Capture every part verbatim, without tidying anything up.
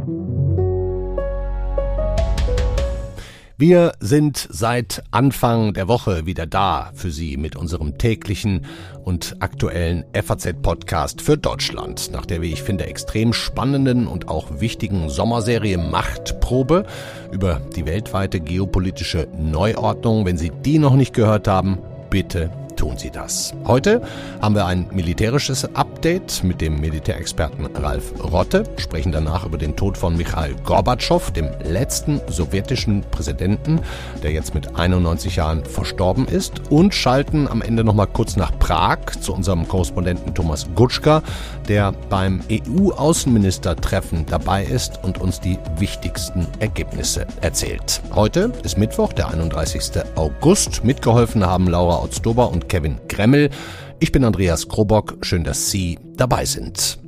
Wir sind seit Anfang der Woche wieder da für Sie mit unserem täglichen und aktuellen F A Z-Podcast für Deutschland, nach der, wie ich finde, extrem spannenden und auch wichtigen Sommerserie Machtprobe über die weltweite geopolitische Neuordnung. Wenn Sie die noch nicht gehört haben, bitte tun Sie das. Heute haben wir ein militärisches Update mit dem Militärexperten Ralf Rotte, sprechen danach über den Tod von Michail Gorbatschow, dem letzten sowjetischen Präsidenten, der jetzt mit einundneunzig Jahren verstorben ist, und schalten am Ende noch mal kurz nach Prag zu unserem Korrespondenten Thomas Gutschka, der beim E U-Außenministertreffen dabei ist und uns die wichtigsten Ergebnisse erzählt. Heute ist Mittwoch, der einunddreißigsten August. Mitgeholfen haben Laura Otzdober und Kevin Gremmel. Ich bin Andreas Krobock. Schön, dass Sie dabei sind.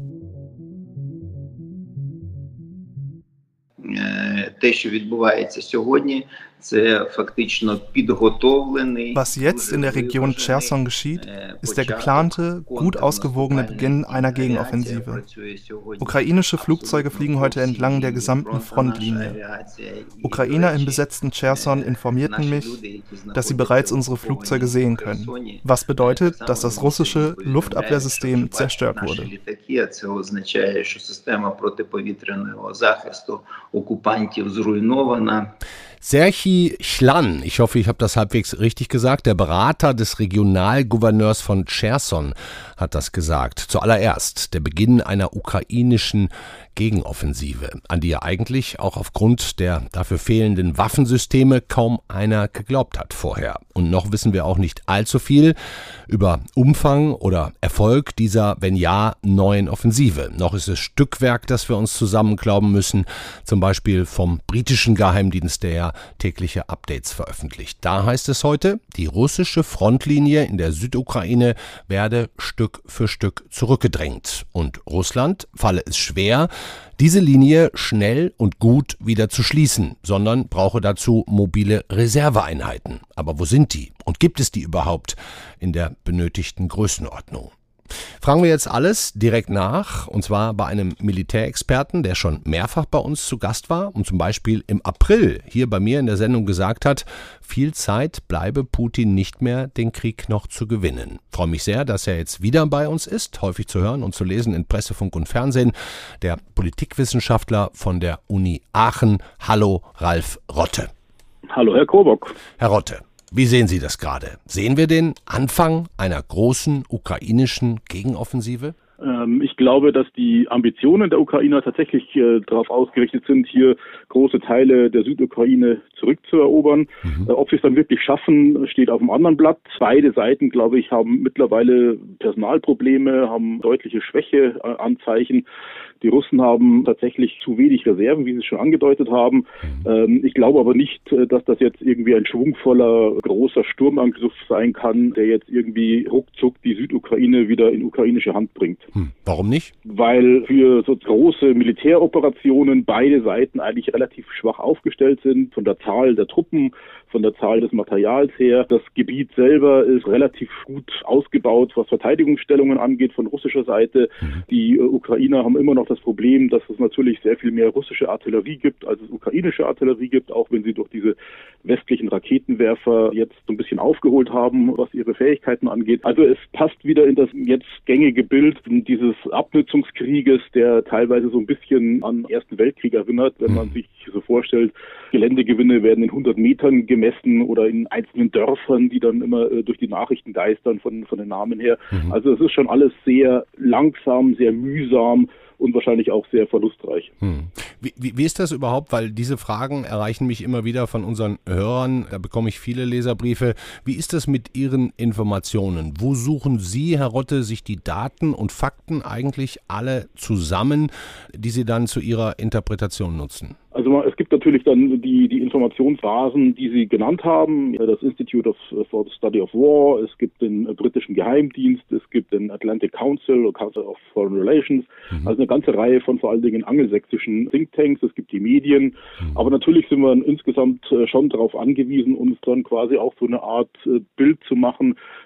Те, що відбувається сьогодні, це фактично підготовлений. Was jetzt in der Region Cherson geschieht, ist der geplante, gut ausgewogene Beginn einer Gegenoffensive. Ukrainische Flugzeuge fliegen heute entlang der gesamten Frontlinie. Ukrainer im besetzten Cherson informierten mich, dass sie bereits unsere Flugzeuge sehen können. Was bedeutet, dass das russische Luftabwehrsystem zerstört wurde. Це означає, що система протиповітряного захисту окупантів зруйнована. Serhii Chlan, ich hoffe, ich habe das halbwegs richtig gesagt, der Berater des Regionalgouverneurs von Cherson hat das gesagt. Zuallererst der Beginn einer ukrainischen Gegenoffensive, an die ja eigentlich auch aufgrund der dafür fehlenden Waffensysteme kaum einer geglaubt hat vorher. Und noch wissen wir auch nicht allzu viel über Umfang oder Erfolg dieser, wenn ja, neuen Offensive. Noch ist es Stückwerk, das wir uns zusammenklauben müssen, zum Beispiel vom britischen Geheimdienst, der ja tägliche Updates veröffentlicht. Da heißt es heute, die russische Frontlinie in der Südukraine werde Stück für Stück zurückgedrängt. Und Russland falle es schwer, diese Linie schnell und gut wieder zu schließen, sondern brauche dazu mobile Reserveeinheiten. Aber wo sind die? Und gibt es die überhaupt in der benötigten Größenordnung? Fragen wir jetzt alles direkt nach, und zwar bei einem Militärexperten, der schon mehrfach bei uns zu Gast war und zum Beispiel im April hier bei mir in der Sendung gesagt hat, viel Zeit bleibe Putin nicht mehr, den Krieg noch zu gewinnen. Ich freue mich sehr, dass er jetzt wieder bei uns ist, häufig zu hören und zu lesen in Presse, Funk und Fernsehen, der Politikwissenschaftler von der Uni Aachen. Hallo, Ralf Rotte. Hallo, Herr Krobock. Herr Rotte. Wie sehen Sie das gerade? Sehen wir den Anfang einer großen ukrainischen Gegenoffensive? Ähm, ich glaube, dass die Ambitionen der Ukrainer tatsächlich äh, darauf ausgerichtet sind, hier große Teile der Südukraine zurückzuerobern. Mhm. Äh, ob sie es dann wirklich schaffen, steht auf dem anderen Blatt. Beide Seiten, glaube ich, haben mittlerweile Personalprobleme, haben deutliche Schwächeanzeichen. Die Russen haben tatsächlich zu wenig Reserven, wie Sie es schon angedeutet haben. Ähm, ich glaube aber nicht, dass das jetzt irgendwie ein schwungvoller, großer Sturmangriff sein kann, der jetzt irgendwie ruckzuck die Südukraine wieder in ukrainische Hand bringt. Hm. Warum nicht? Weil für so große Militäroperationen beide Seiten eigentlich relativ schwach aufgestellt sind, von der Zahl der Truppen, von der Zahl des Materials her. Das Gebiet selber ist relativ gut ausgebaut, was Verteidigungsstellungen angeht von russischer Seite. Mhm. Die äh, Ukrainer haben immer noch das Problem, dass es natürlich sehr viel mehr russische Artillerie gibt, als es ukrainische Artillerie gibt, auch wenn sie durch diese westlichen Raketenwerfer jetzt so ein bisschen aufgeholt haben, was ihre Fähigkeiten angeht. Also es passt wieder in das jetzt gängige Bild dieses Abnutzungskrieges, der teilweise so ein bisschen an den Ersten Weltkrieg erinnert, wenn man sich so vorstellt, Geländegewinne werden in hundert Metern gemessen oder in einzelnen Dörfern, die dann immer äh, durch die Nachrichten geistern von, von den Namen her. Mhm. Also es ist schon alles sehr langsam, sehr mühsam und wahrscheinlich auch sehr verlustreich. Hm. Wie, wie, wie ist das überhaupt? Weil diese Fragen erreichen mich immer wieder von unseren Hörern. Da bekomme ich viele Leserbriefe. Wie ist das mit Ihren Informationen? Wo suchen Sie, Herr Rotte, sich die Daten und Fakten eigentlich alle zusammen, die Sie dann zu Ihrer Interpretation nutzen? Also es gibt natürlich dann die, die Informationsbasen, die Sie genannt haben, das Institute of, for the Study of War, es gibt den britischen Geheimdienst, es gibt den Atlantic Council, Council of Foreign Relations, mhm. also eine ganze Reihe von vor allen Dingen angelsächsischen Thinktanks, es gibt die Medien, mhm. aber natürlich sind wir insgesamt schon darauf angewiesen, uns dann quasi auch so eine Art Bild zu machen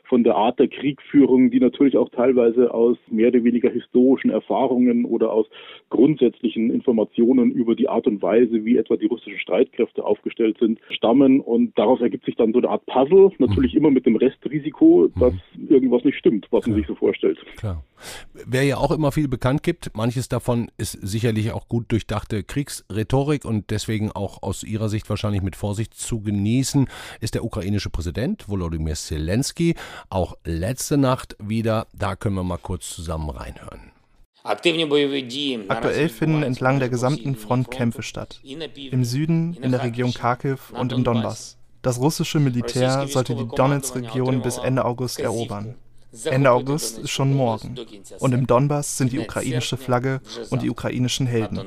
von der Art der Kriegführung, die natürlich auch teilweise aus mehr oder weniger historischen Erfahrungen oder aus grundsätzlichen Informationen über die Art und Weise, wie etwa die russischen Streitkräfte aufgestellt sind, stammen. Und daraus ergibt sich dann so eine Art Puzzle, natürlich immer mit dem Restrisiko, dass irgendwas nicht stimmt, was man sich so vorstellt. Klar. Wer ja auch immer viel bekannt gibt, manches davon ist sicherlich auch gut durchdachte Kriegsrhetorik und deswegen auch aus Ihrer Sicht wahrscheinlich mit Vorsicht zu genießen, ist der ukrainische Präsident Volodymyr Zelensky. Auch letzte Nacht wieder, da können wir mal kurz zusammen reinhören. Aktuell finden entlang der gesamten Front Kämpfe statt. Im Süden, in der Region Kharkiv und im Donbass. Das russische Militär sollte die Donetsk-Region bis Ende August erobern. Ende August ist schon morgen. Und im Donbass sind die ukrainische Flagge und die ukrainischen Helden.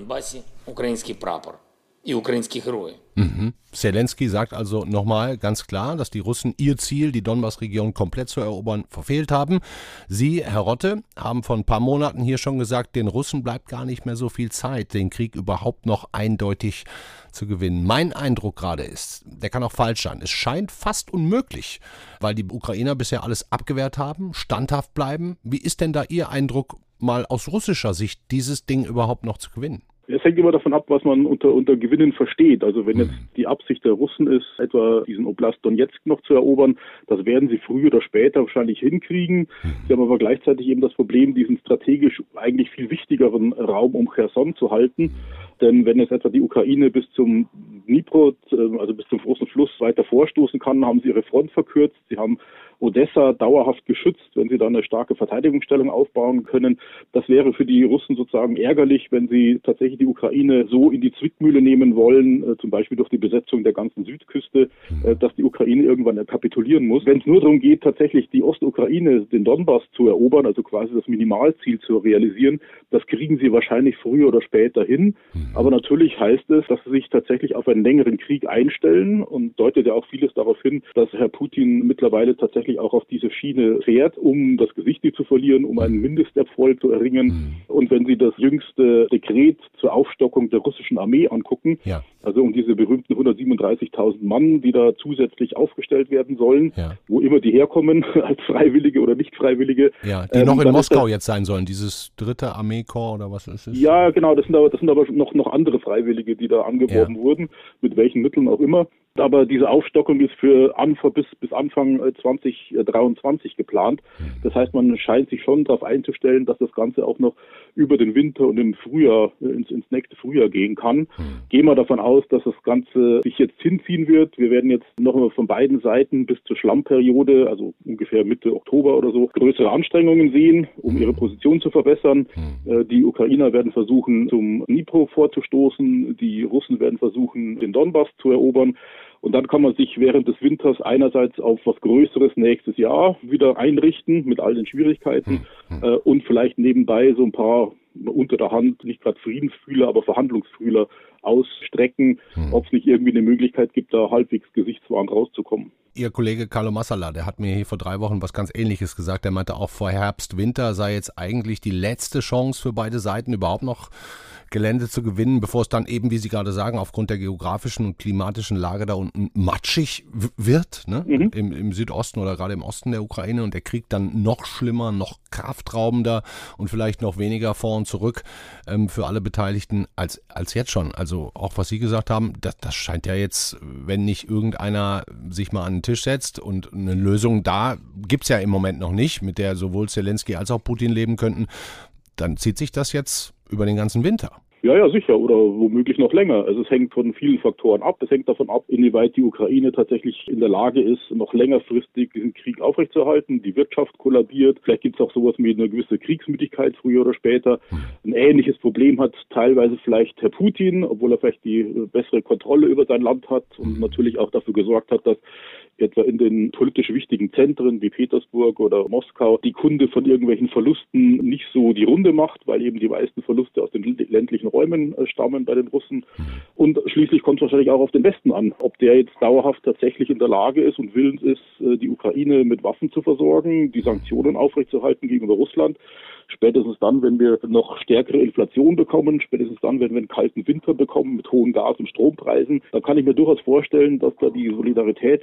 Mhm. Zelensky sagt also nochmal ganz klar, dass die Russen ihr Ziel, die Donbass-Region komplett zu erobern, verfehlt haben. Sie, Herr Rotte, haben vor ein paar Monaten hier schon gesagt, den Russen bleibt gar nicht mehr so viel Zeit, den Krieg überhaupt noch eindeutig zu gewinnen. Mein Eindruck gerade ist, der kann auch falsch sein, es scheint fast unmöglich, weil die Ukrainer bisher alles abgewehrt haben, standhaft bleiben. Wie ist denn da Ihr Eindruck, mal aus russischer Sicht, dieses Ding überhaupt noch zu gewinnen? Es hängt immer davon ab, was man unter, unter Gewinnen versteht. Also wenn jetzt die Absicht der Russen ist, etwa diesen Oblast Donetsk noch zu erobern, das werden sie früher oder später wahrscheinlich hinkriegen. Sie haben aber gleichzeitig eben das Problem, diesen strategisch eigentlich viel wichtigeren Raum um Cherson zu halten. Denn wenn jetzt etwa die Ukraine bis zum Dnipro, also bis zum großen Fluss, weiter vorstoßen kann, haben sie ihre Front verkürzt. Sie haben Odessa dauerhaft geschützt, wenn sie da eine starke Verteidigungsstellung aufbauen können. Das wäre für die Russen sozusagen ärgerlich, wenn sie tatsächlich die Ukraine so in die Zwickmühle nehmen wollen, äh, zum Beispiel durch die Besetzung der ganzen Südküste, äh, dass die Ukraine irgendwann kapitulieren muss. Wenn es nur darum geht, tatsächlich die Ostukraine, den Donbass zu erobern, also quasi das Minimalziel zu realisieren, das kriegen sie wahrscheinlich früher oder später hin. Aber natürlich heißt es, dass sie sich tatsächlich auf einen längeren Krieg einstellen und deutet ja auch vieles darauf hin, dass Herr Putin mittlerweile tatsächlich auch auf diese Schiene fährt, um das Gesicht nicht zu verlieren, um einen Mindesterfolg zu erringen. Und wenn Sie das jüngste Dekret zur Aufstockung der russischen Armee angucken, ja. also um diese berühmten hundertsiebenunddreißigtausend Mann, die da zusätzlich aufgestellt werden sollen, ja. wo immer die herkommen, als Freiwillige oder Nicht-Freiwillige. Ja, die ähm, noch in Moskau das, jetzt sein sollen, dieses dritte Armeekorps oder was ist es? Ja, genau, das sind aber, das sind aber noch, noch andere Freiwillige, die da angeworben ja. wurden, mit welchen Mitteln auch immer. Aber diese Aufstockung ist für Anfang bis, bis Anfang zwanzig dreiundzwanzig geplant. Das heißt, man scheint sich schon darauf einzustellen, dass das Ganze auch noch über den Winter und im Frühjahr, ins, ins nächste Frühjahr gehen kann. Mhm. Gehen wir davon aus, dass das Ganze sich jetzt hinziehen wird. Wir werden jetzt noch mal von beiden Seiten bis zur Schlammperiode, also ungefähr Mitte Oktober oder so, größere Anstrengungen sehen, um ihre Position zu verbessern. Mhm. Die Ukrainer werden versuchen, zum Dnipro vorzustoßen. Die Russen werden versuchen, den Donbass zu erobern. Und dann kann man sich während des Winters einerseits auf was Größeres nächstes Jahr wieder einrichten, mit all den Schwierigkeiten, hm. äh, und vielleicht nebenbei so ein paar unter der Hand, nicht gerade Friedensfühler, aber Verhandlungsfühler ausstrecken, hm. ob es nicht irgendwie eine Möglichkeit gibt, da halbwegs gesichtswahrend rauszukommen. Ihr Kollege Carlo Massala, der hat mir hier vor drei Wochen was ganz Ähnliches gesagt. Der meinte auch, vor Herbst, Winter sei jetzt eigentlich die letzte Chance für beide Seiten, überhaupt noch Gelände zu gewinnen, bevor es dann eben, wie Sie gerade sagen, aufgrund der geografischen und klimatischen Lage da unten matschig w- wird, ne? Mhm. Im, im Südosten oder gerade im Osten der Ukraine und der Krieg dann noch schlimmer, noch kraftraubender und vielleicht noch weniger vor und zurück ähm, für alle Beteiligten als, als jetzt schon. Also auch was Sie gesagt haben, das, das scheint ja jetzt, wenn nicht irgendeiner sich mal an den Tisch setzt und eine Lösung da gibt's ja im Moment noch nicht, mit der sowohl Zelensky als auch Putin leben könnten, dann zieht sich das jetzt über den ganzen Winter. Ja, ja, sicher. Oder womöglich noch länger. Also es hängt von vielen Faktoren ab. Es hängt davon ab, inwieweit die Ukraine tatsächlich in der Lage ist, noch längerfristig diesen Krieg aufrechtzuerhalten. Die Wirtschaft kollabiert. Vielleicht gibt es auch sowas wie eine gewisse Kriegsmüdigkeit früher oder später. Ein ähnliches Problem hat teilweise vielleicht Herr Putin, obwohl er vielleicht die bessere Kontrolle über sein Land hat und natürlich auch dafür gesorgt hat, dass etwa in den politisch wichtigen Zentren wie Petersburg oder Moskau die Kunde von irgendwelchen Verlusten nicht so die Runde macht, weil eben die meisten Verluste aus den ländlichen Räumen stammen bei den Russen. Und schließlich kommt es wahrscheinlich auch auf den Westen an, ob der jetzt dauerhaft tatsächlich in der Lage ist und willens ist, die Ukraine mit Waffen zu versorgen, die Sanktionen aufrechtzuerhalten gegenüber Russland. Spätestens dann, wenn wir noch stärkere Inflation bekommen, spätestens dann, wenn wir einen kalten Winter bekommen mit hohen Gas- und Strompreisen, dann kann ich mir durchaus vorstellen, dass da die Solidarität gerade bei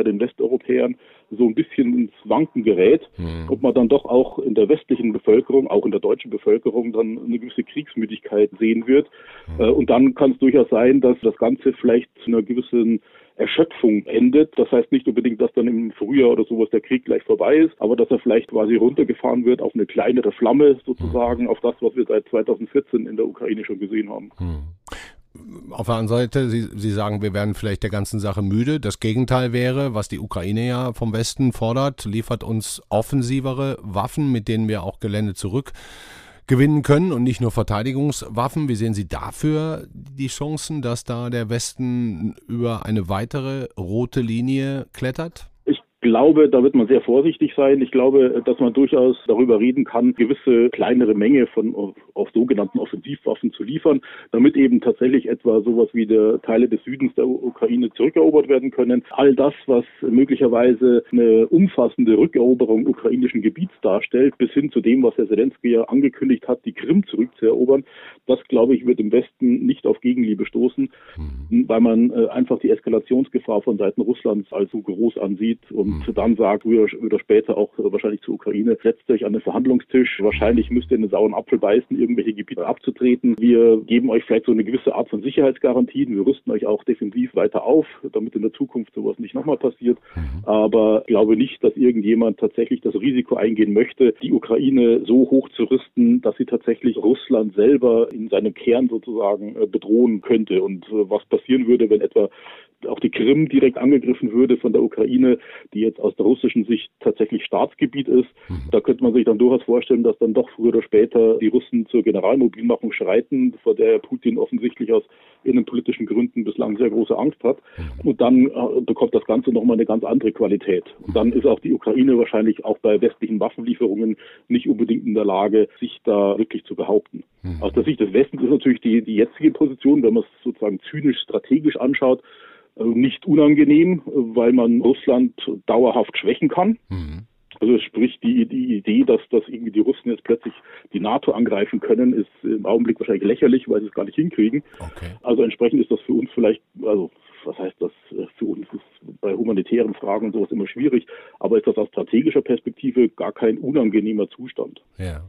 bei den Westeuropäern so ein bisschen ins Wanken gerät, mhm. ob man dann doch auch in der westlichen Bevölkerung, auch in der deutschen Bevölkerung, dann eine gewisse Kriegsmüdigkeit sehen wird. Mhm. Und dann kann es durchaus sein, dass das Ganze vielleicht zu einer gewissen Erschöpfung endet. Das heißt nicht unbedingt, dass dann im Frühjahr oder sowas der Krieg gleich vorbei ist, aber dass er vielleicht quasi runtergefahren wird auf eine kleinere Flamme sozusagen, mhm. auf das, was wir seit zweitausendvierzehn in der Ukraine schon gesehen haben. Mhm. Auf der anderen Seite, Sie, Sie sagen, wir werden vielleicht der ganzen Sache müde. Das Gegenteil wäre, was die Ukraine ja vom Westen fordert, liefert uns offensivere Waffen, mit denen wir auch Gelände zurückgewinnen können und nicht nur Verteidigungswaffen. Wie sehen Sie dafür die Chancen, dass da der Westen über eine weitere rote Linie klettert? Ich glaube, da wird man sehr vorsichtig sein. Ich glaube, dass man durchaus darüber reden kann, gewisse kleinere Menge von auf, auf sogenannten Offensivwaffen zu liefern, damit eben tatsächlich etwa sowas wie der Teile des Südens der Ukraine zurückerobert werden können. All das, was möglicherweise eine umfassende Rückeroberung ukrainischen Gebiets darstellt, bis hin zu dem, was Herr Zelensky ja angekündigt hat, die Krim zurückzuerobern, das, glaube ich, wird im Westen nicht auf Gegenliebe stoßen, mhm. weil man äh, einfach die Eskalationsgefahr von Seiten Russlands als so groß ansieht und und dann sagt, früher oder später auch wahrscheinlich zur Ukraine, setzt euch an den Verhandlungstisch. Wahrscheinlich müsst ihr in den sauren Apfel beißen, irgendwelche Gebiete abzutreten. Wir geben euch vielleicht so eine gewisse Art von Sicherheitsgarantien. Wir rüsten euch auch defensiv weiter auf, damit in der Zukunft sowas nicht nochmal passiert. Mhm. Aber ich glaube nicht, dass irgendjemand tatsächlich das Risiko eingehen möchte, die Ukraine so hoch zu rüsten, dass sie tatsächlich Russland selber in seinem Kern sozusagen bedrohen könnte. Und was passieren würde, wenn etwa auch die Krim direkt angegriffen würde von der Ukraine, die jetzt aus der russischen Sicht tatsächlich Staatsgebiet ist. Mhm. Da könnte man sich dann durchaus vorstellen, dass dann doch früher oder später die Russen zur Generalmobilmachung schreiten, vor der Putin offensichtlich aus innenpolitischen Gründen bislang sehr große Angst hat. Mhm. Und dann äh, bekommt das Ganze nochmal eine ganz andere Qualität. Und dann ist auch die Ukraine wahrscheinlich auch bei westlichen Waffenlieferungen nicht unbedingt in der Lage, sich da wirklich zu behaupten. Mhm. Aus der Sicht des Westens ist natürlich die, die jetzige Position, wenn man es sozusagen zynisch strategisch anschaut, nicht unangenehm, weil man Russland dauerhaft schwächen kann. Mhm. Also sprich die, die Idee, dass, dass irgendwie die Russen jetzt plötzlich die NATO angreifen können, ist im Augenblick wahrscheinlich lächerlich, weil sie es gar nicht hinkriegen. Okay. Also entsprechend ist das für uns vielleicht, also was heißt das für uns, ist bei humanitären Fragen und sowas immer schwierig, aber ist das aus strategischer Perspektive gar kein unangenehmer Zustand. Ja.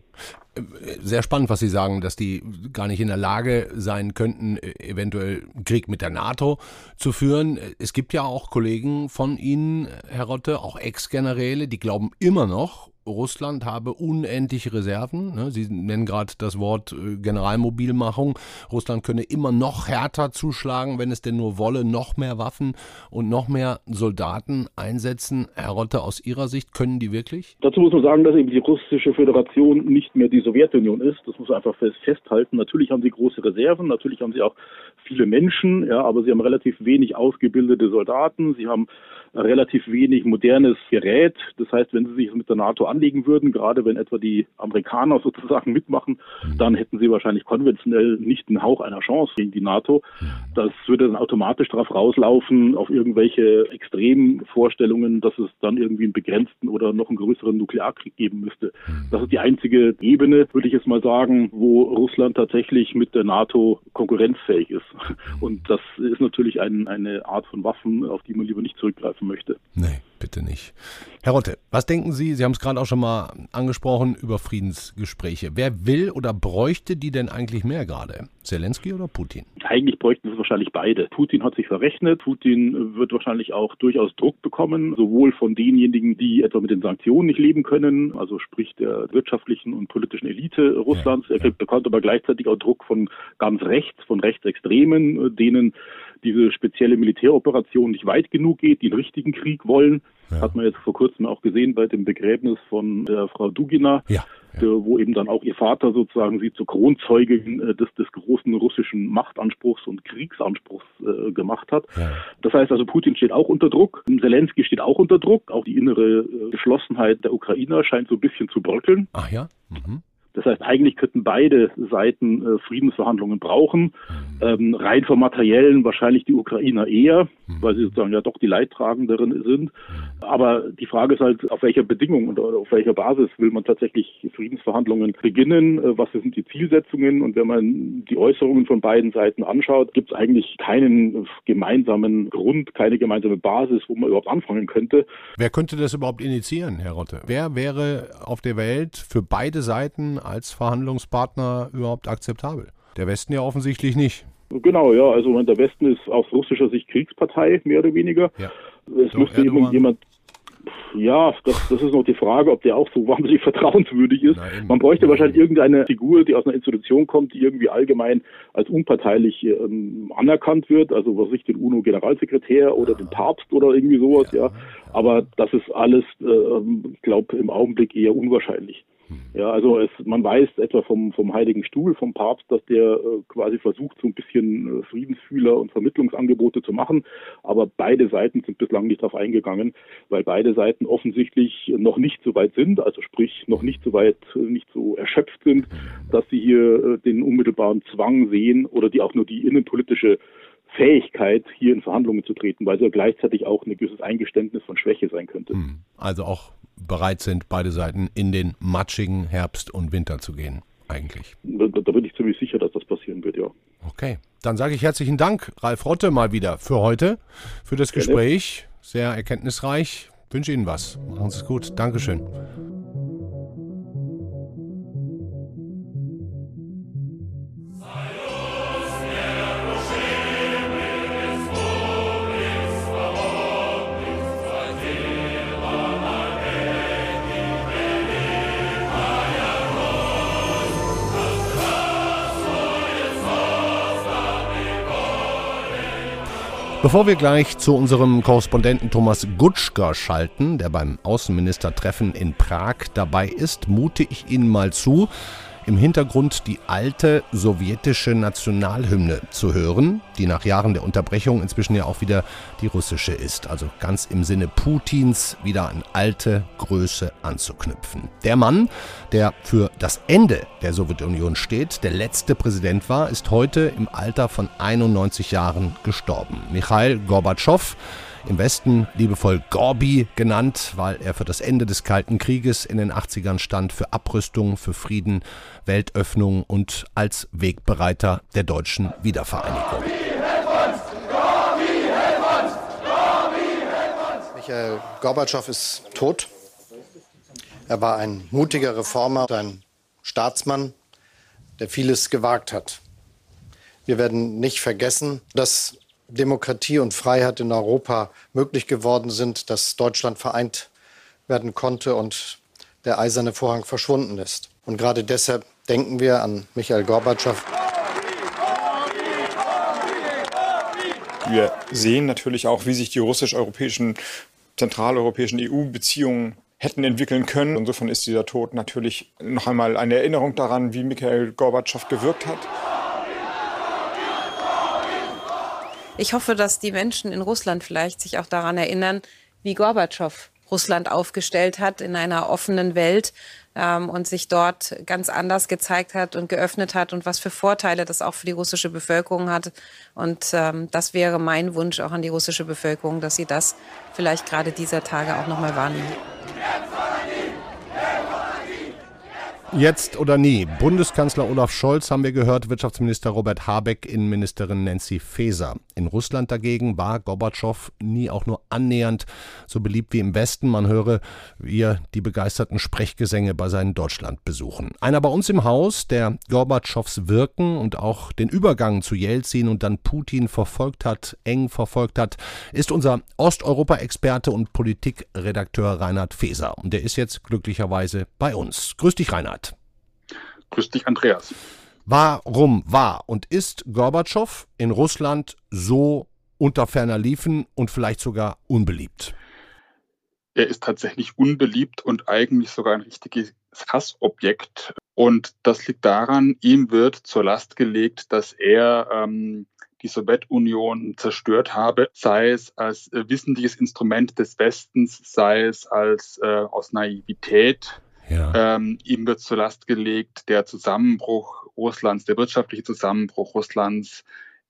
Sehr spannend, was Sie sagen, dass die gar nicht in der Lage sein könnten, eventuell einen Krieg mit der NATO zu führen. Es gibt ja auch Kollegen von Ihnen, Herr Rotte, auch Ex-Generäle, die glauben immer noch, Russland habe unendliche Reserven. Sie nennen gerade das Wort Generalmobilmachung. Russland könne immer noch härter zuschlagen, wenn es denn nur wolle, noch mehr Waffen und noch mehr Soldaten einsetzen. Herr Rotte, aus Ihrer Sicht, können die wirklich? Dazu muss man sagen, dass eben die Russische Föderation nicht mehr die Sowjetunion ist. Das muss man einfach festhalten. Natürlich haben sie große Reserven, natürlich haben sie auch viele Menschen, ja, aber sie haben relativ wenig ausgebildete Soldaten. Sie haben relativ wenig modernes Gerät. Das heißt, wenn sie sich mit der NATO anlegen würden, gerade wenn etwa die Amerikaner sozusagen mitmachen, dann hätten sie wahrscheinlich konventionell nicht einen Hauch einer Chance gegen die NATO. Das würde dann automatisch darauf rauslaufen, auf irgendwelche extremen Vorstellungen, dass es dann irgendwie einen begrenzten oder noch einen größeren Nuklearkrieg geben müsste. Das ist die einzige Ebene, würde ich jetzt mal sagen, wo Russland tatsächlich mit der NATO konkurrenzfähig ist. Und das ist natürlich ein, eine Art von Waffen, auf die man lieber nicht zurückgreifen möchte. Nee, bitte nicht. Herr Rotte, was denken Sie, Sie haben es gerade auch schon mal angesprochen, über Friedensgespräche. Wer will oder bräuchte die denn eigentlich mehr gerade? Zelensky oder Putin? Eigentlich bräuchten es wahrscheinlich beide. Putin hat sich verrechnet. Putin wird wahrscheinlich auch durchaus Druck bekommen, sowohl von denjenigen, die etwa mit den Sanktionen nicht leben können, also sprich der wirtschaftlichen und politischen Elite Russlands. Ja, ja. Er bekommt aber gleichzeitig auch Druck von ganz rechts, von Rechtsextremen, denen diese spezielle Militäroperation nicht weit genug geht, die einen richtigen Krieg wollen. Ja. Hat man jetzt vor kurzem auch gesehen bei dem Begräbnis von der Frau Dugina, ja, ja. wo eben dann auch ihr Vater sozusagen sie zur Kronzeugin des, des großen russischen Machtanspruchs und Kriegsanspruchs äh, gemacht hat. Ja. Das heißt also, Putin steht auch unter Druck, Zelensky steht auch unter Druck. Auch die innere äh, Geschlossenheit der Ukrainer scheint so ein bisschen zu bröckeln. Ach ja? Mhm. Das heißt, eigentlich könnten beide Seiten äh, Friedensverhandlungen brauchen. Ähm, rein vom Materiellen wahrscheinlich die Ukrainer eher, weil sie sozusagen ja doch die Leidtragenderen sind. Aber die Frage ist halt, auf welcher Bedingung und auf welcher Basis will man tatsächlich Friedensverhandlungen beginnen? Was sind die Zielsetzungen? Und wenn man die Äußerungen von beiden Seiten anschaut, gibt es eigentlich keinen gemeinsamen Grund, keine gemeinsame Basis, wo man überhaupt anfangen könnte. Wer könnte das überhaupt initiieren, Herr Rotte? Wer wäre auf der Welt für beide Seiten als Verhandlungspartner überhaupt akzeptabel? Der Westen ja offensichtlich nicht. Genau, ja, also der Westen ist aus russischer Sicht Kriegspartei, mehr oder weniger. Ja. Es Doch, müsste eben jemand, ja, das, das ist noch die Frage, ob der auch so wahnsinnig vertrauenswürdig ist. Nein, Man bräuchte nein. wahrscheinlich irgendeine Figur, die aus einer Institution kommt, die irgendwie allgemein als unparteilich ähm, anerkannt wird, also was ich den UNO-Generalsekretär oder ja. den Papst oder irgendwie sowas, ja. ja. Aber das ist alles, äh, ich glaube, im Augenblick eher unwahrscheinlich. Ja, also es, man weiß etwa vom, vom Heiligen Stuhl, vom Papst, dass der äh, quasi versucht, so ein bisschen äh, Friedensfühler und Vermittlungsangebote zu machen. Aber beide Seiten sind bislang nicht darauf eingegangen, weil beide Seiten offensichtlich noch nicht so weit sind, also sprich noch nicht so weit, äh, nicht so erschöpft sind, dass sie hier äh, den unmittelbaren Zwang sehen oder die auch nur die innenpolitische Fähigkeit, hier in Verhandlungen zu treten, weil es ja gleichzeitig auch ein gewisses Eingeständnis von Schwäche sein könnte. Also auch bereit sind, beide Seiten in den matschigen Herbst und Winter zu gehen, eigentlich. Da, da bin ich ziemlich sicher, dass das passieren wird, ja. Okay, dann sage ich herzlichen Dank, Ralf Rotte, mal wieder für heute, für das Gespräch. Sehr erkenntnisreich. Ich wünsche Ihnen was. Machen Sie es gut. Dankeschön. Bevor wir gleich zu unserem Korrespondenten Thomas Gutschger schalten, der beim Außenministertreffen in Prag dabei ist, mute ich Ihnen mal zu, im Hintergrund die alte sowjetische Nationalhymne zu hören, die nach Jahren der Unterbrechung inzwischen ja auch wieder die russische ist. Also ganz im Sinne Putins wieder an alte Größe anzuknüpfen. Der Mann, der für das Ende der Sowjetunion steht, der letzte Präsident war, ist heute im Alter von einundneunzig Jahren gestorben. Michail Gorbatschow, im Westen liebevoll Gorbi genannt, weil er für das Ende des Kalten Krieges in den achtzigern stand, für Abrüstung, für Frieden, Weltöffnung und als Wegbereiter der deutschen Wiedervereinigung. Michail Gorbatschow ist tot. Er war ein mutiger Reformer, ein Staatsmann, der vieles gewagt hat. Wir werden nicht vergessen, dass Demokratie und Freiheit in Europa möglich geworden sind, dass Deutschland vereint werden konnte und der eiserne Vorhang verschwunden ist. Und gerade deshalb denken wir an Michail Gorbatschow. Wir sehen natürlich auch, wie sich die russisch-europäischen, zentraleuropäischen E U-Beziehungen hätten entwickeln können. Insofern ist dieser Tod natürlich noch einmal eine Erinnerung daran, wie Michail Gorbatschow gewirkt hat. Ich hoffe, dass die Menschen in Russland vielleicht sich auch daran erinnern, wie Gorbatschow Russland aufgestellt hat in einer offenen Welt ähm, und sich dort ganz anders gezeigt hat und geöffnet hat und was für Vorteile das auch für die russische Bevölkerung hat. Und ähm, das wäre mein Wunsch auch an die russische Bevölkerung, dass sie das vielleicht gerade dieser Tage auch nochmal wahrnehmen. Jetzt oder nie. Bundeskanzler Olaf Scholz haben wir gehört, Wirtschaftsminister Robert Habeck, Innenministerin Nancy Faeser. In Russland dagegen war Gorbatschow nie auch nur annähernd so beliebt wie im Westen. Man höre, wie er die begeisterten Sprechgesänge bei seinen Deutschlandbesuchen. Einer bei uns im Haus, der Gorbatschows Wirken und auch den Übergang zu Jelzin und dann Putin verfolgt hat, eng verfolgt hat, ist unser Osteuropa-Experte und Politikredakteur Reinhard Faeser. Und der ist jetzt glücklicherweise bei uns. Grüß dich, Reinhard. Grüß dich, Andreas. Warum war und ist Gorbatschow in Russland so unter ferner Liefen und vielleicht sogar unbeliebt? Er ist tatsächlich unbeliebt und eigentlich sogar ein richtiges Hassobjekt. Und das liegt daran, ihm wird zur Last gelegt, dass er ähm, die Sowjetunion zerstört habe, sei es als äh, wissentliches Instrument des Westens, sei es als äh, aus Naivität. Ja. Ähm, ihm wird zur Last gelegt der Zusammenbruch Russlands, der wirtschaftliche Zusammenbruch Russlands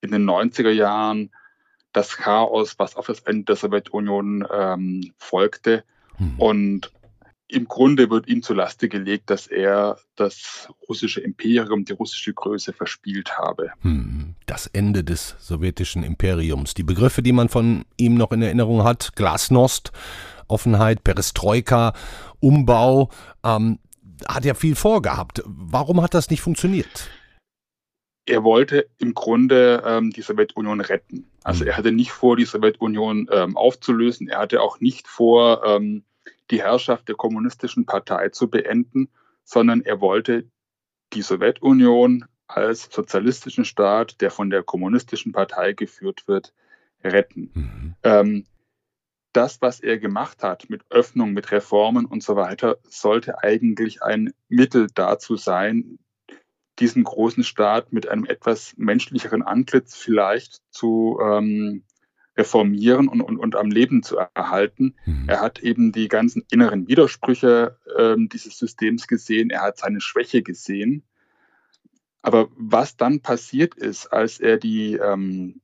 in den neunziger Jahren das Chaos, was auf das Ende der Sowjetunion ähm, folgte. Hm. Und im Grunde wird ihm zur Laste gelegt, dass er das russische Imperium, die russische Größe verspielt habe. Hm. Das Ende des sowjetischen Imperiums. Die Begriffe, die man von ihm noch in Erinnerung hat, Glasnost, Offenheit, Perestroika, Umbau, ähm, hat ja viel vorgehabt. Warum hat das nicht funktioniert? Er wollte im Grunde ähm, die Sowjetunion retten. Also er hatte nicht vor, die Sowjetunion ähm, aufzulösen. Er hatte auch nicht vor, ähm, die Herrschaft der kommunistischen Partei zu beenden, sondern er wollte die Sowjetunion als sozialistischen Staat, der von der kommunistischen Partei geführt wird, retten. Mhm. Ähm, das, was er gemacht hat mit Öffnung, mit Reformen und so weiter, sollte eigentlich ein Mittel dazu sein, diesen großen Staat mit einem etwas menschlicheren Antlitz vielleicht zu ähm, reformieren und, und, und am Leben zu erhalten. Mhm. Er hat eben die ganzen inneren Widersprüche ähm, dieses Systems gesehen. Er hat seine Schwäche gesehen. Aber was dann passiert ist, als er die, ähm,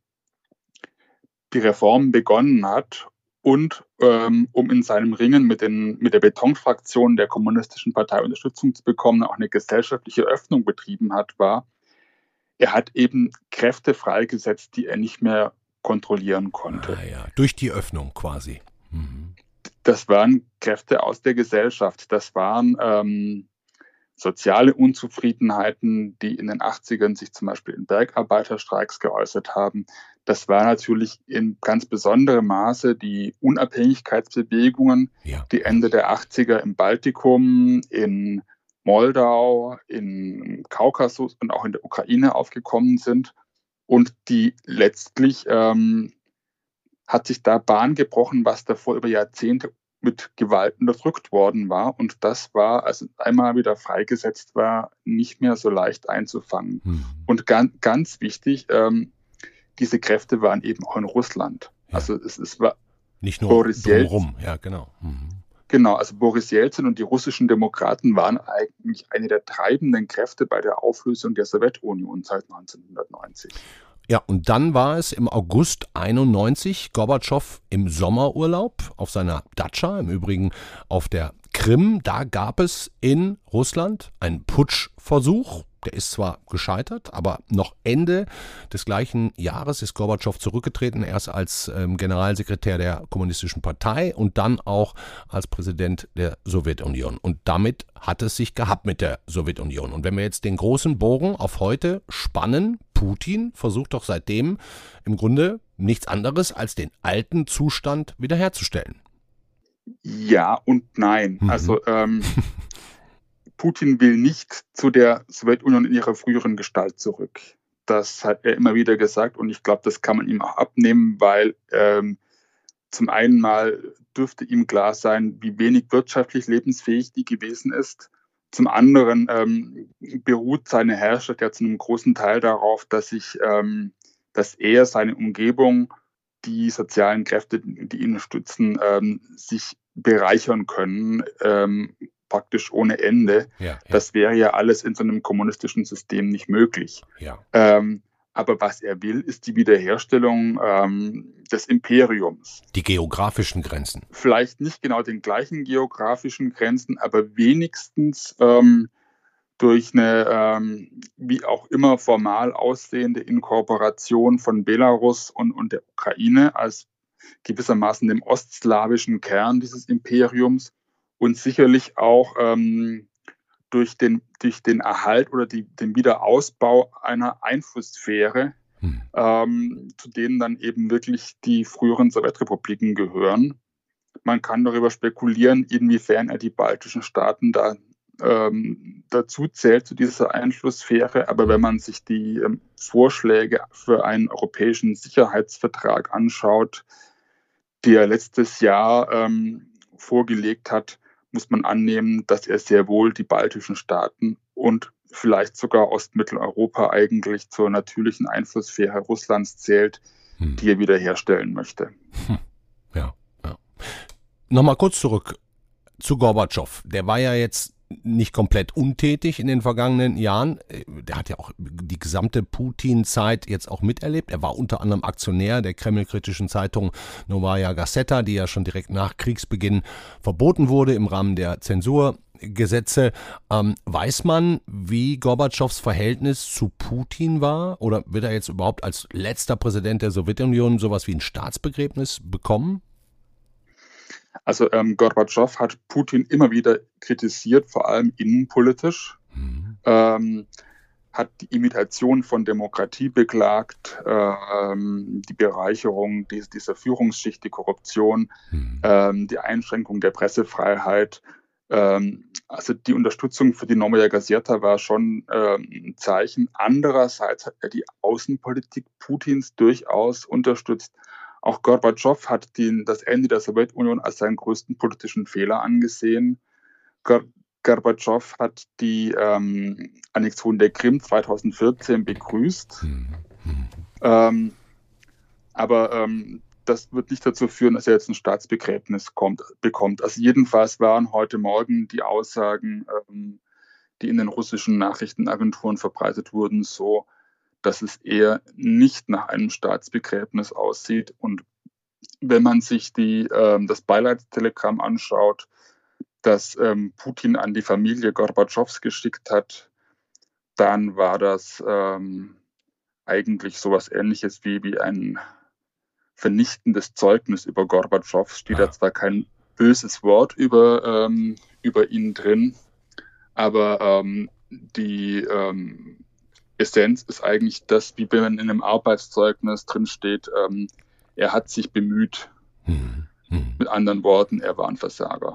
die Reformen begonnen hat und ähm, um in seinem Ringen mit, den, mit der Betonfraktion der Kommunistischen Partei Unterstützung zu bekommen, auch eine gesellschaftliche Öffnung betrieben hat, war, er hat eben Kräfte freigesetzt, die er nicht mehr kontrollieren konnte. Ah ja, durch die Öffnung quasi. Mhm. Das waren Kräfte aus der Gesellschaft. Das waren ähm, soziale Unzufriedenheiten, die in den achtzigern sich zum Beispiel in Bergarbeiterstreiks geäußert haben. Das war natürlich in ganz besonderem Maße die Unabhängigkeitsbewegungen, ja. die Ende der achtziger im Baltikum, in Moldau, im Kaukasus und auch in der Ukraine aufgekommen sind und die letztlich ähm, hat sich da Bahn gebrochen, was davor über Jahrzehnte mit Gewalt unterdrückt worden war. Und das war, als es einmal wieder freigesetzt war, nicht mehr so leicht einzufangen. Mhm. Und ganz, ganz wichtig, ähm, diese Kräfte waren eben auch in Russland. Ja. Also es, es war nicht nur drumherum, ja genau. Mhm. Genau, also Boris Jelzin und die russischen Demokraten waren eigentlich eine der treibenden Kräfte bei der Auflösung der Sowjetunion seit neunzehnhundertneunzig. Ja, und dann war es im August einundneunzig Gorbatschow im Sommerurlaub auf seiner Datscha, im Übrigen auf der Krim. Da gab es in Russland einen Putschversuch. Der ist zwar gescheitert, aber noch Ende des gleichen Jahres ist Gorbatschow zurückgetreten, erst als ähm, Generalsekretär der Kommunistischen Partei und dann auch als Präsident der Sowjetunion. Und damit hat es sich gehabt mit der Sowjetunion. Und wenn wir jetzt den großen Bogen auf heute spannen, Putin versucht doch seitdem im Grunde nichts anderes als den alten Zustand wiederherzustellen. Ja und nein. Mhm. Also ähm Putin will nicht zu der Sowjetunion in ihrer früheren Gestalt zurück. Das hat er immer wieder gesagt und ich glaube, das kann man ihm auch abnehmen, weil ähm, zum einen mal dürfte ihm klar sein, wie wenig wirtschaftlich lebensfähig die gewesen ist. Zum anderen ähm, beruht seine Herrschaft ja zu einem großen Teil darauf, dass, ich, ähm, dass er, seine Umgebung, die sozialen Kräfte, die ihn stützen, ähm, sich bereichern können, ähm, praktisch ohne Ende. Ja, ja. Das wäre ja alles in so einem kommunistischen System nicht möglich. Ja. Ähm, aber was er will, ist die Wiederherstellung ähm, des Imperiums. Die geografischen Grenzen. Vielleicht nicht genau den gleichen geografischen Grenzen, aber wenigstens ähm, durch eine ähm, wie auch immer formal aussehende Inkorporation von Belarus und, und der Ukraine als gewissermaßen dem ostslawischen Kern dieses Imperiums. Und sicherlich auch ähm, durch, den, durch den Erhalt oder die, den Wiederausbau einer Einflusssphäre, hm. ähm, zu denen dann eben wirklich die früheren Sowjetrepubliken gehören. Man kann darüber spekulieren, inwiefern er die baltischen Staaten da ähm, dazu zählt, zu dieser Einflusssphäre. Aber wenn man sich die ähm, Vorschläge für einen europäischen Sicherheitsvertrag anschaut, die er letztes Jahr ähm, vorgelegt hat, muss man annehmen, dass er sehr wohl die baltischen Staaten und vielleicht sogar Ostmitteleuropa eigentlich zur natürlichen Einflusssphäre Russlands zählt, hm. die er wiederherstellen möchte. Hm. Ja, ja. Nochmal kurz zurück zu Gorbatschow. Der war ja jetzt nicht komplett untätig in den vergangenen Jahren. Der hat ja auch die gesamte Putin-Zeit jetzt auch miterlebt. Er war unter anderem Aktionär der kremlkritischen Zeitung Novaya Gazeta, die ja schon direkt nach Kriegsbeginn verboten wurde im Rahmen der Zensurgesetze. Ähm, weiß man, wie Gorbatschows Verhältnis zu Putin war? Oder wird er jetzt überhaupt als letzter Präsident der Sowjetunion sowas wie ein Staatsbegräbnis bekommen? Also ähm, Gorbatschow hat Putin immer wieder kritisiert, vor allem innenpolitisch, mhm. ähm, hat die Imitation von Demokratie beklagt, ähm, die Bereicherung dies, dieser Führungsschicht, die Korruption, mhm. ähm, die Einschränkung der Pressefreiheit. Ähm, also die Unterstützung für die Novaya Gazeta war schon ähm, ein Zeichen. Andererseits hat er die Außenpolitik Putins durchaus unterstützt. Auch Gorbatschow hat den, das Ende der Sowjetunion als seinen größten politischen Fehler angesehen. Gor- Gorbatschow hat die ähm, Annexion der Krim zweitausendvierzehn begrüßt. Mhm. Ähm, aber ähm, das wird nicht dazu führen, dass er jetzt ein Staatsbegräbnis kommt, bekommt. Also jedenfalls waren heute Morgen die Aussagen, ähm, die in den russischen Nachrichtenagenturen verbreitet wurden, so, dass es eher nicht nach einem Staatsbegräbnis aussieht. Und wenn man sich die, ähm, das Beileidstelegramm anschaut, das ähm, Putin an die Familie Gorbatschows geschickt hat, dann war das ähm, eigentlich sowas Ähnliches wie, wie ein vernichtendes Zeugnis über Gorbatschow. Steht da zwar kein böses Wort über, ähm, über ihn drin, aber ähm, die ähm, Essenz ist eigentlich das, wie wenn in einem Arbeitszeugnis drin steht, ähm, er hat sich bemüht. Hm, hm. Mit anderen Worten, er war ein Versager.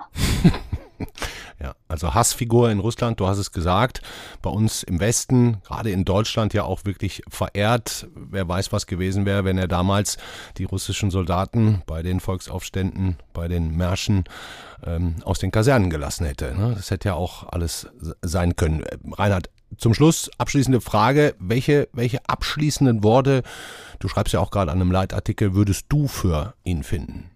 Ja, also Hassfigur in Russland, du hast es gesagt, bei uns im Westen, gerade in Deutschland ja auch wirklich verehrt. Wer weiß, was gewesen wäre, wenn er damals die russischen Soldaten bei den Volksaufständen, bei den Märschen ähm, aus den Kasernen gelassen hätte. Ne? Das hätte ja auch alles sein können. Reinhard, zum Schluss abschließende Frage, welche, welche abschließenden Worte, du schreibst ja auch gerade an einem Leitartikel, würdest du für ihn finden?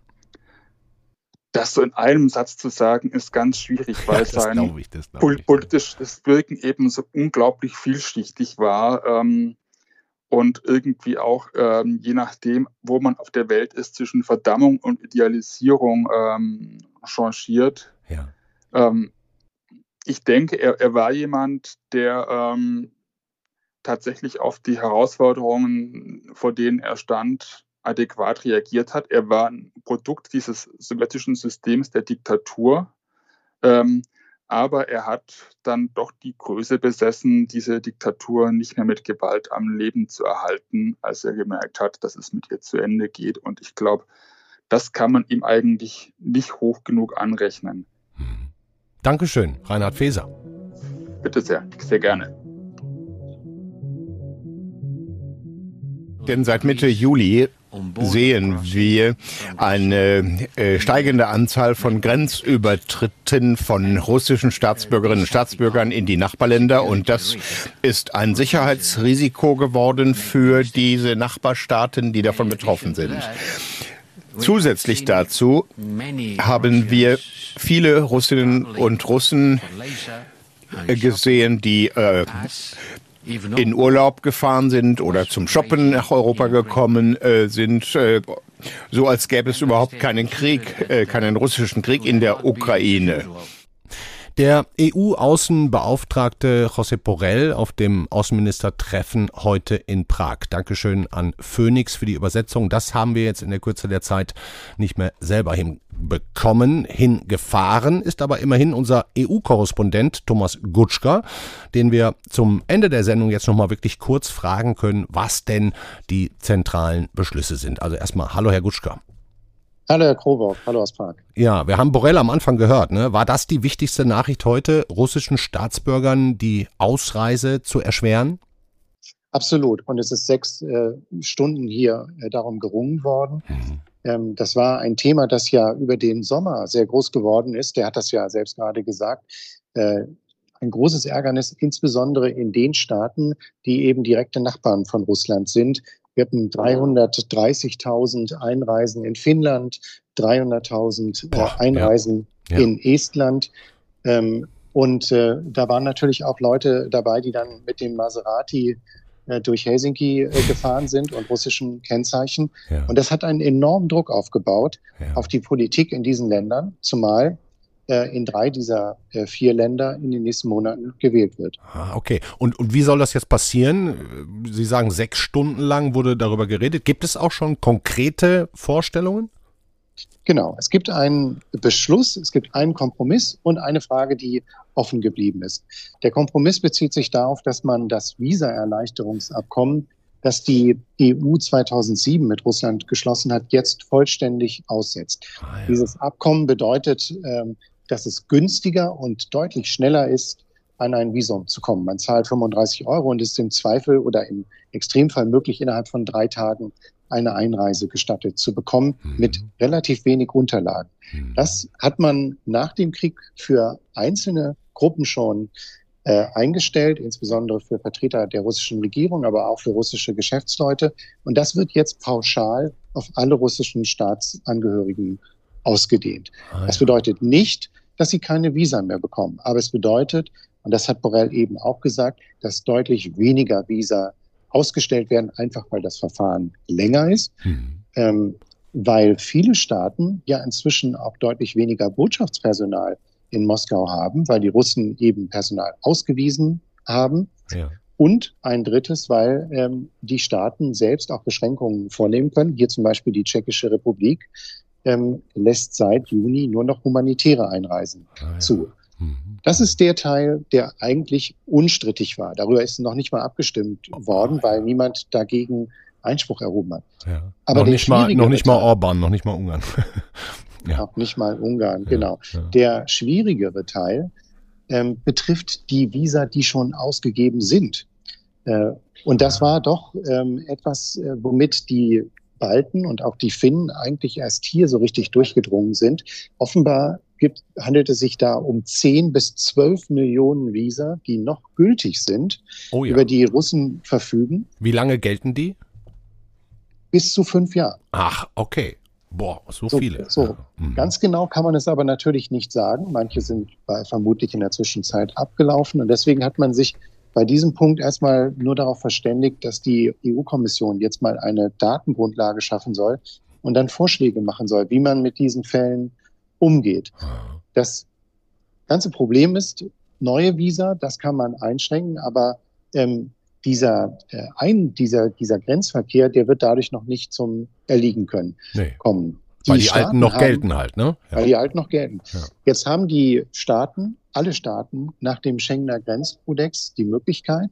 Das so in einem Satz zu sagen, ist ganz schwierig, weil ja, sein ich, das pol- politisches Wirken eben so unglaublich vielschichtig war ähm, und irgendwie auch, ähm, je nachdem, wo man auf der Welt ist, zwischen Verdammung und Idealisierung ähm, changiert. Ja. Ähm, ich denke, er, er war jemand, der ähm, tatsächlich auf die Herausforderungen, vor denen er stand, adäquat reagiert hat. Er war ein Produkt dieses sowjetischen Systems der Diktatur, ähm, aber er hat dann doch die Größe besessen, diese Diktatur nicht mehr mit Gewalt am Leben zu erhalten, als er gemerkt hat, dass es mit ihr zu Ende geht. Und ich glaube, das kann man ihm eigentlich nicht hoch genug anrechnen. Dankeschön, Reinhard Faeser. Bitte sehr, sehr gerne. Denn seit Mitte Juli sehen wir eine äh, steigende Anzahl von Grenzübertritten von russischen Staatsbürgerinnen und Staatsbürgern in die Nachbarländer. Und das ist ein Sicherheitsrisiko geworden für diese Nachbarstaaten, die davon betroffen sind. Zusätzlich dazu haben wir viele Russinnen und Russen gesehen, die äh, in Urlaub gefahren sind oder zum Shoppen nach Europa gekommen äh, sind, äh, so als gäbe es überhaupt keinen Krieg, äh, keinen russischen Krieg in der Ukraine. Der E U-Außenbeauftragte Josep Borrell auf dem Außenministertreffen heute in Prag. Dankeschön an Phoenix für die Übersetzung. Das haben wir jetzt in der Kürze der Zeit nicht mehr selber hinbekommen. Hingefahren ist aber immerhin unser E U-Korrespondent Thomas Gutschka, den wir zum Ende der Sendung jetzt nochmal wirklich kurz fragen können, was denn die zentralen Beschlüsse sind. Also erstmal, hallo Herr Gutschka. Hallo Herr Krobock, hallo aus Prag. Ja, wir haben Borrell am Anfang gehört. Ne? War das die wichtigste Nachricht heute, russischen Staatsbürgern die Ausreise zu erschweren? Absolut. Und es ist sechs äh, Stunden hier äh, darum gerungen worden. Mhm. Ähm, das war ein Thema, das ja über den Sommer sehr groß geworden ist. Der hat das ja selbst gerade gesagt. Äh, ein großes Ärgernis, insbesondere in den Staaten, die eben direkte Nachbarn von Russland sind. Wir hatten dreihundertdreißigtausend Einreisen in Finnland, dreihunderttausend äh, Einreisen ja. Ja. in Estland. Ähm, Und äh, da waren natürlich auch Leute dabei, die dann mit dem Maserati äh, durch Helsinki äh, gefahren sind und russischen Kennzeichen. Ja. Und das hat einen enormen Druck aufgebaut ja. auf die Politik in diesen Ländern, zumal äh, in drei dieser äh, vier Länder in den nächsten Monaten gewählt wird. Ah, okay. Und, und wie soll das jetzt passieren? Sie sagen, sechs Stunden lang wurde darüber geredet. Gibt es auch schon konkrete Vorstellungen? Genau, es gibt einen Beschluss, es gibt einen Kompromiss und eine Frage, die offen geblieben ist. Der Kompromiss bezieht sich darauf, dass man das Visa-Erleichterungsabkommen, das die E U zweitausendsieben mit Russland geschlossen hat, jetzt vollständig aussetzt. Ah, ja. Dieses Abkommen bedeutet, dass es günstiger und deutlich schneller ist, an ein Visum zu kommen. Man zahlt fünfunddreißig Euro und ist im Zweifel oder im Extremfall möglich, innerhalb von drei Tagen eine Einreise gestattet zu bekommen, mhm. mit relativ wenig Unterlagen. Mhm. Das hat man nach dem Krieg für einzelne Gruppen schon äh, eingestellt, insbesondere für Vertreter der russischen Regierung, aber auch für russische Geschäftsleute. Und das wird jetzt pauschal auf alle russischen Staatsangehörigen ausgedehnt. Ah, ja. Das bedeutet nicht, dass sie keine Visa mehr bekommen. Aber es bedeutet, und das hat Borrell eben auch gesagt, dass deutlich weniger Visa ausgestellt werden, einfach weil das Verfahren länger ist, mhm. ähm, weil viele Staaten ja inzwischen auch deutlich weniger Botschaftspersonal in Moskau haben, weil die Russen eben Personal ausgewiesen haben. Ja. Und ein drittes, weil ähm, die Staaten selbst auch Beschränkungen vornehmen können. Hier zum Beispiel die Tschechische Republik ähm, lässt seit Juni nur noch humanitäre Einreisen ah, ja. zu. Das ist der Teil, der eigentlich unstrittig war. Darüber ist noch nicht mal abgestimmt worden, weil niemand dagegen Einspruch erhoben hat. Ja. Aber noch nicht mal, noch nicht mal Orban, noch nicht mal Ungarn. ja. Noch nicht mal Ungarn, ja, genau. Ja. Der schwierigere Teil ähm, betrifft die Visa, die schon ausgegeben sind. Äh, und das war doch ähm, etwas, äh, womit die Balten und auch die Finnen eigentlich erst hier so richtig durchgedrungen sind. Offenbar gibt, handelt es sich da um zehn bis zwölf Millionen Visa, die noch gültig sind, oh ja. über die Russen verfügen. Wie lange gelten die? Bis zu fünf Jahren. Ach, okay. Boah, so, so viele. So. Ja. Mhm. Ganz genau kann man es aber natürlich nicht sagen. Manche sind bei, vermutlich in der Zwischenzeit abgelaufen. Und deswegen hat man sich bei diesem Punkt erstmal nur darauf verständigt, dass die E U-Kommission jetzt mal eine Datengrundlage schaffen soll und dann Vorschläge machen soll, wie man mit diesen Fällen umgeht. Das ganze Problem ist, neue Visa, das kann man einschränken, aber ähm, dieser, äh, ein, dieser, dieser Grenzverkehr, der wird dadurch noch nicht zum Erliegen können, nee. kommen. Die weil die Staaten alten noch haben, gelten halt, ne? Ja. Weil die alten noch gelten. Ja. Jetzt haben die Staaten, alle Staaten, nach dem Schengener Grenzkodex die Möglichkeit,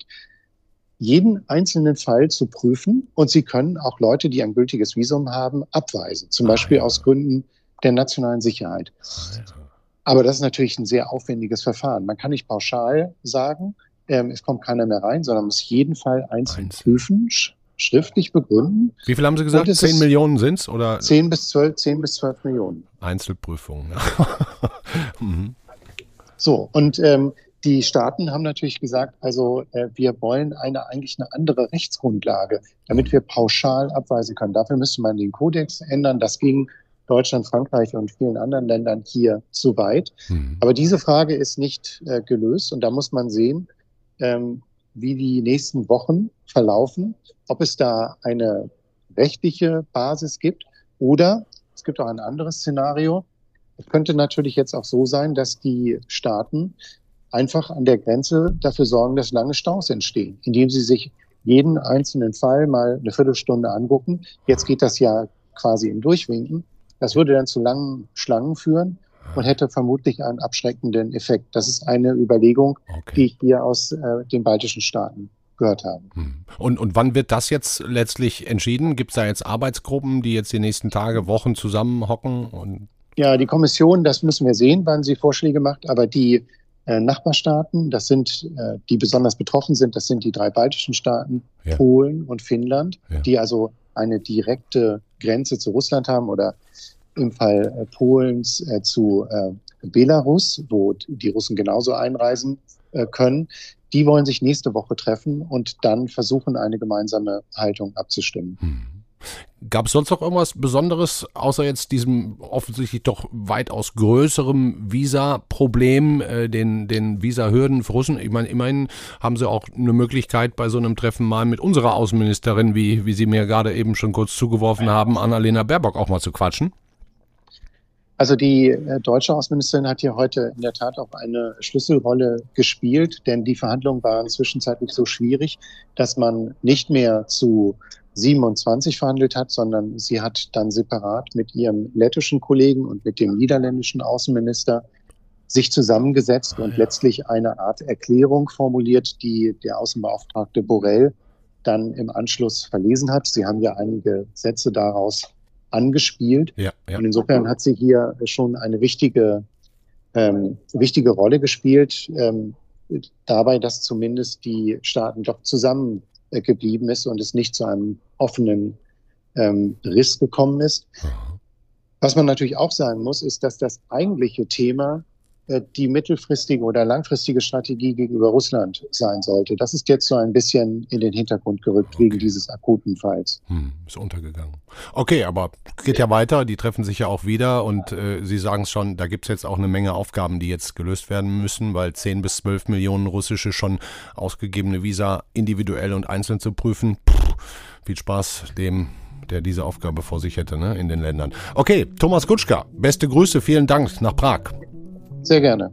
jeden einzelnen Fall zu prüfen und sie können auch Leute, die ein gültiges Visum haben, abweisen. Zum ah, Beispiel ja. aus Gründen der nationalen Sicherheit. Ah, ja. Aber das ist natürlich ein sehr aufwendiges Verfahren. Man kann nicht pauschal sagen, ähm, es kommt keiner mehr rein, sondern muss jeden Fall einzeln Einzel. prüfen, sch schriftlich begründen. Wie viel haben Sie gesagt? Zehn Millionen sind es? Oder? Zehn bis zwölf, zehn bis zwölf Millionen. Einzelprüfungen. mhm. So, und ähm, die Staaten haben natürlich gesagt, also äh, wir wollen eine eigentlich eine andere Rechtsgrundlage, damit wir pauschal abweisen können. Dafür müsste man den Kodex ändern. Das ging Deutschland, Frankreich und vielen anderen Ländern hier zu weit. Mhm. Aber diese Frage ist nicht äh, gelöst und da muss man sehen, ähm, wie die nächsten Wochen verlaufen, ob es da eine rechtliche Basis gibt oder es gibt auch ein anderes Szenario. Es könnte natürlich jetzt auch so sein, dass die Staaten einfach an der Grenze dafür sorgen, dass lange Staus entstehen, indem sie sich jeden einzelnen Fall mal eine Viertelstunde angucken. Jetzt geht das ja quasi im Durchwinken. Das würde dann zu langen Schlangen führen und hätte vermutlich einen abschreckenden Effekt. Das ist eine Überlegung, okay. die ich hier aus äh, den baltischen Staaten gehört habe. Und, und wann wird das jetzt letztlich entschieden? Gibt es da jetzt Arbeitsgruppen, die jetzt die nächsten Tage, Wochen zusammenhocken? Und ja, die Kommission, das müssen wir sehen, wann sie Vorschläge macht, aber die äh, Nachbarstaaten, das sind, äh, die besonders betroffen sind, das sind die drei baltischen Staaten, ja. Polen und Finnland, ja. die also eine direkte Grenze zu Russland haben oder im Fall äh, Polens äh, zu äh, Belarus, wo die Russen genauso einreisen äh, können. Die wollen sich nächste Woche treffen und dann versuchen, eine gemeinsame Haltung abzustimmen. Hm. Gab es sonst noch irgendwas Besonderes, außer jetzt diesem offensichtlich doch weitaus größerem Visa-Problem, äh, den, den Visa-Hürden für Russen? Ich meine, immerhin haben sie auch eine Möglichkeit, bei so einem Treffen mal mit unserer Außenministerin, wie, wie Sie mir gerade eben schon kurz zugeworfen haben, Annalena Baerbock auch mal zu quatschen. Also die äh, deutsche Außenministerin hat hier heute in der Tat auch eine Schlüsselrolle gespielt, denn die Verhandlungen waren zwischenzeitlich so schwierig, dass man nicht mehr zu siebenundzwanzig verhandelt hat, sondern sie hat dann separat mit ihrem lettischen Kollegen und mit dem niederländischen Außenminister sich zusammengesetzt und letztlich eine Art Erklärung formuliert, die der Außenbeauftragte Borrell dann im Anschluss verlesen hat. Sie haben ja einige Sätze daraus angespielt. Ja, ja. Und insofern hat sie hier schon eine wichtige, ähm, wichtige Rolle gespielt, ähm, dabei, dass zumindest die Staaten doch zusammen äh, geblieben ist und es nicht zu einem offenen ähm, Riss gekommen ist. Was man natürlich auch sagen muss, ist, dass das eigentliche Thema äh, die mittelfristige oder langfristige Strategie gegenüber Russland sein sollte. Das ist jetzt so ein bisschen in den Hintergrund gerückt okay. wegen dieses akuten Falls. Hm, ist untergegangen. Okay, aber geht ja weiter, die treffen sich ja auch wieder und äh, Sie sagen es schon, da gibt es jetzt auch eine Menge Aufgaben, die jetzt gelöst werden müssen, weil zehn bis zwölf Millionen russische schon ausgegebene Visa individuell und einzeln zu prüfen. Puh, viel Spaß dem, der diese Aufgabe vor sich hätte, ne, in den Ländern. Okay, Thomas Kutschka, beste Grüße, vielen Dank nach Prag. Sehr gerne.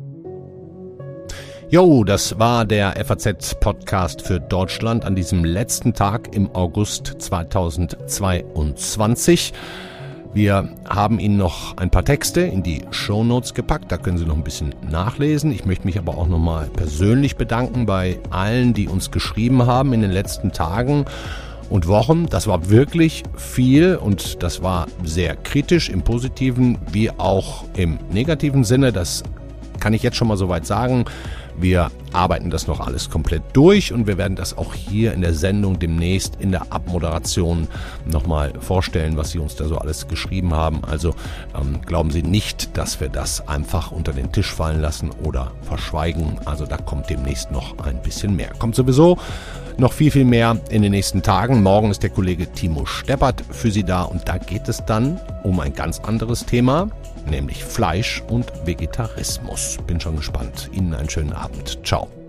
Jo, das war der F A Z-Podcast für Deutschland an diesem letzten Tag im August zweitausendzweiundzwanzig. Wir haben Ihnen noch ein paar Texte in die Shownotes gepackt, da können Sie noch ein bisschen nachlesen. Ich möchte mich aber auch nochmal persönlich bedanken bei allen, die uns geschrieben haben in den letzten Tagen und Wochen. Das war wirklich viel und das war sehr kritisch im positiven wie auch im negativen Sinne. Das kann ich jetzt schon mal soweit sagen. Wir arbeiten das noch alles komplett durch und wir werden das auch hier in der Sendung demnächst in der Abmoderation nochmal vorstellen, was Sie uns da so alles geschrieben haben. Also ähm, glauben Sie nicht, dass wir das einfach unter den Tisch fallen lassen oder verschweigen. Also da kommt demnächst noch ein bisschen mehr. Kommt sowieso noch viel, viel mehr in den nächsten Tagen. Morgen ist der Kollege Timo Steppert für Sie da und da geht es dann um ein ganz anderes Thema, nämlich Fleisch und Vegetarismus. Bin schon gespannt. Ihnen einen schönen Abend. Ciao.